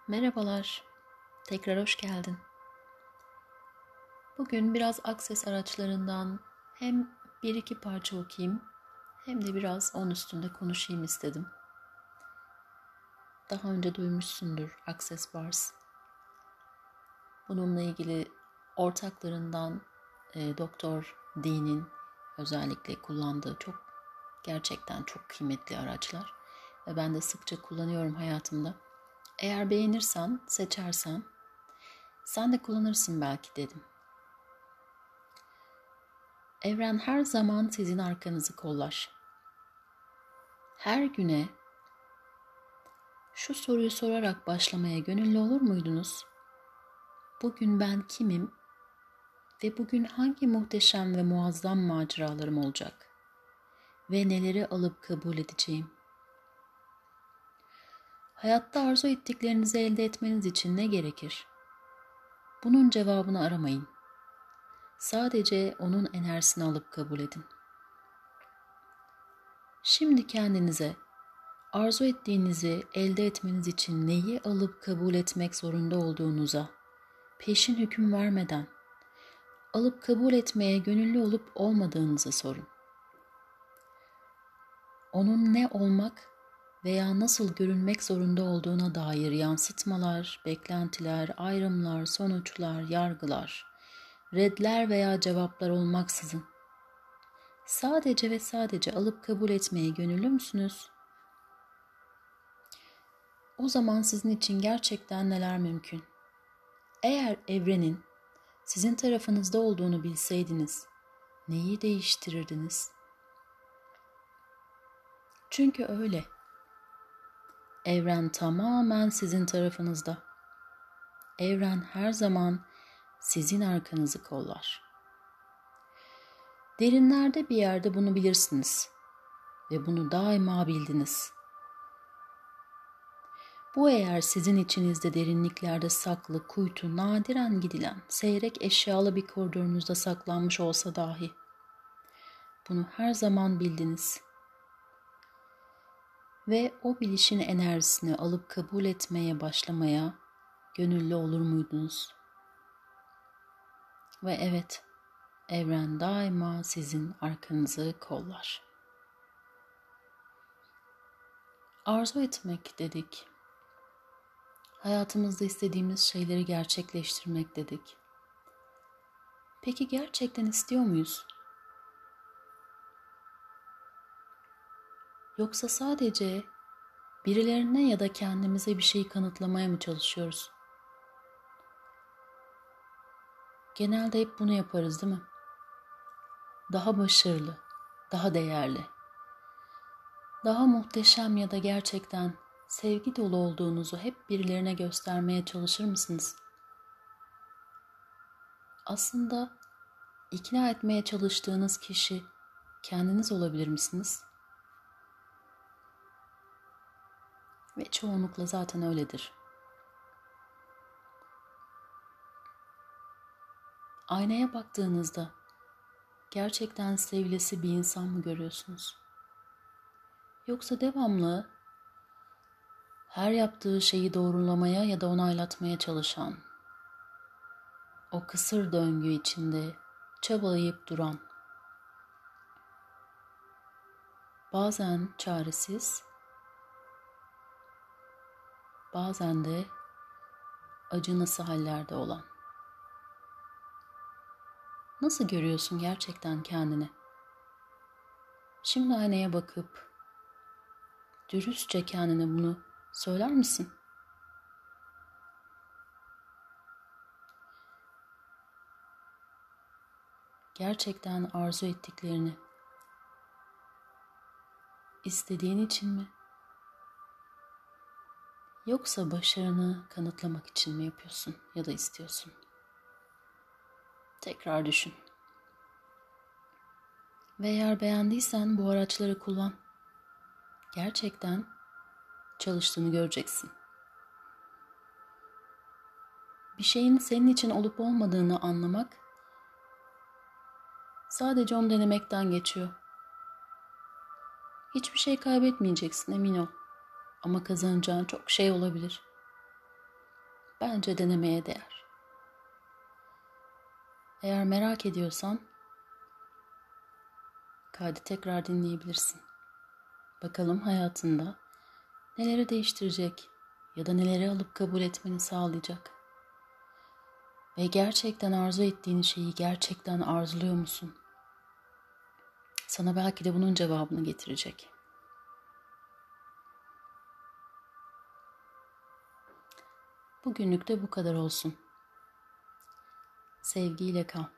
Merhabalar, tekrar hoş geldin. Bugün biraz Akses araçlarından hem bir iki parça okuyayım hem de biraz onun üstünde konuşayım istedim. Daha önce duymuşsundur Access Bars. Bununla ilgili ortaklarından Doktor D'nin özellikle kullandığı gerçekten çok kıymetli araçlar ve ben de sıkça kullanıyorum hayatımda. Eğer beğenirsen, seçersen sen de kullanırsın belki dedim. Evren her zaman sizin arkanızı kollar. Her güne şu soruyu sorarak başlamaya gönüllü olur muydunuz? Bugün ben kimim ve bugün hangi muhteşem ve muazzam maceralarım olacak ve neleri alıp kabul edeceğim? Hayatta arzu ettiklerinizi elde etmeniz için ne gerekir? Bunun cevabını aramayın. Sadece onun enerjisini alıp kabul edin. Şimdi kendinize arzu ettiğinizi elde etmeniz için neyi alıp kabul etmek zorunda olduğunuza peşin hüküm vermeden alıp kabul etmeye gönüllü olup olmadığınızı sorun. Onun ne olmak veya nasıl görünmek zorunda olduğuna dair yansıtmalar, beklentiler, ayrımlar, sonuçlar, yargılar, redler veya cevaplar olmaksızın sadece ve sadece alıp kabul etmeye gönüllü müsünüz? O zaman sizin için gerçekten neler mümkün? Eğer evrenin sizin tarafınızda olduğunu bilseydiniz, neyi değiştirirdiniz? Çünkü öyle. Evren tamamen sizin tarafınızda. Evren her zaman sizin arkanızı kollar. Derinlerde bir yerde bunu bilirsiniz ve bunu daima bildiniz. Bu eğer sizin içinizde derinliklerde saklı, kuytu, nadiren gidilen, seyrek eşyalı bir koridorunuzda saklanmış olsa dahi, bunu her zaman bildiniz. Ve o bilişin enerjisini alıp kabul etmeye başlamaya gönüllü olur muydunuz? Ve evet, evren daima sizin arkanızı kollar. Arzu etmek dedik. Hayatımızda istediğimiz şeyleri gerçekleştirmek dedik. Peki gerçekten istiyor muyuz? Yoksa sadece birilerine ya da kendimize bir şey kanıtlamaya mı çalışıyoruz? Genelde hep bunu yaparız, değil mi? Daha başarılı, daha değerli, daha muhteşem ya da gerçekten sevgi dolu olduğunuzu hep birilerine göstermeye çalışır mısınız? Aslında ikna etmeye çalıştığınız kişi kendiniz olabilir misiniz? Ve çoğunlukla zaten öyledir. Aynaya baktığınızda gerçekten sevilesi bir insan mı görüyorsunuz? Yoksa devamlı her yaptığı şeyi doğrulamaya ya da onaylatmaya çalışan, o kısır döngü içinde çabalayıp duran, bazen çaresiz, bazen de acınası hallerde olan. Nasıl görüyorsun gerçekten kendini? Şimdi aynaya bakıp dürüstçe kendine bunu söyler misin? Gerçekten arzu ettiklerini istediğin için mi? Yoksa başarını kanıtlamak için mi yapıyorsun ya da istiyorsun? Tekrar düşün. Ve eğer beğendiysen bu araçları kullan. Gerçekten çalıştığını göreceksin. Bir şeyin senin için olup olmadığını anlamak sadece onu denemekten geçiyor. Hiçbir şey kaybetmeyeceksin, emin ol. Ama kazanacağın çok şey olabilir. Bence denemeye değer. Eğer merak ediyorsan kaydı tekrar dinleyebilirsin. Bakalım hayatında neleri değiştirecek ya da neleri alıp kabul etmeni sağlayacak. Ve gerçekten arzu ettiğin şeyi gerçekten arzuluyor musun? Sana belki de bunun cevabını getirecek. Bugünlük de bu kadar olsun. Sevgiyle kal.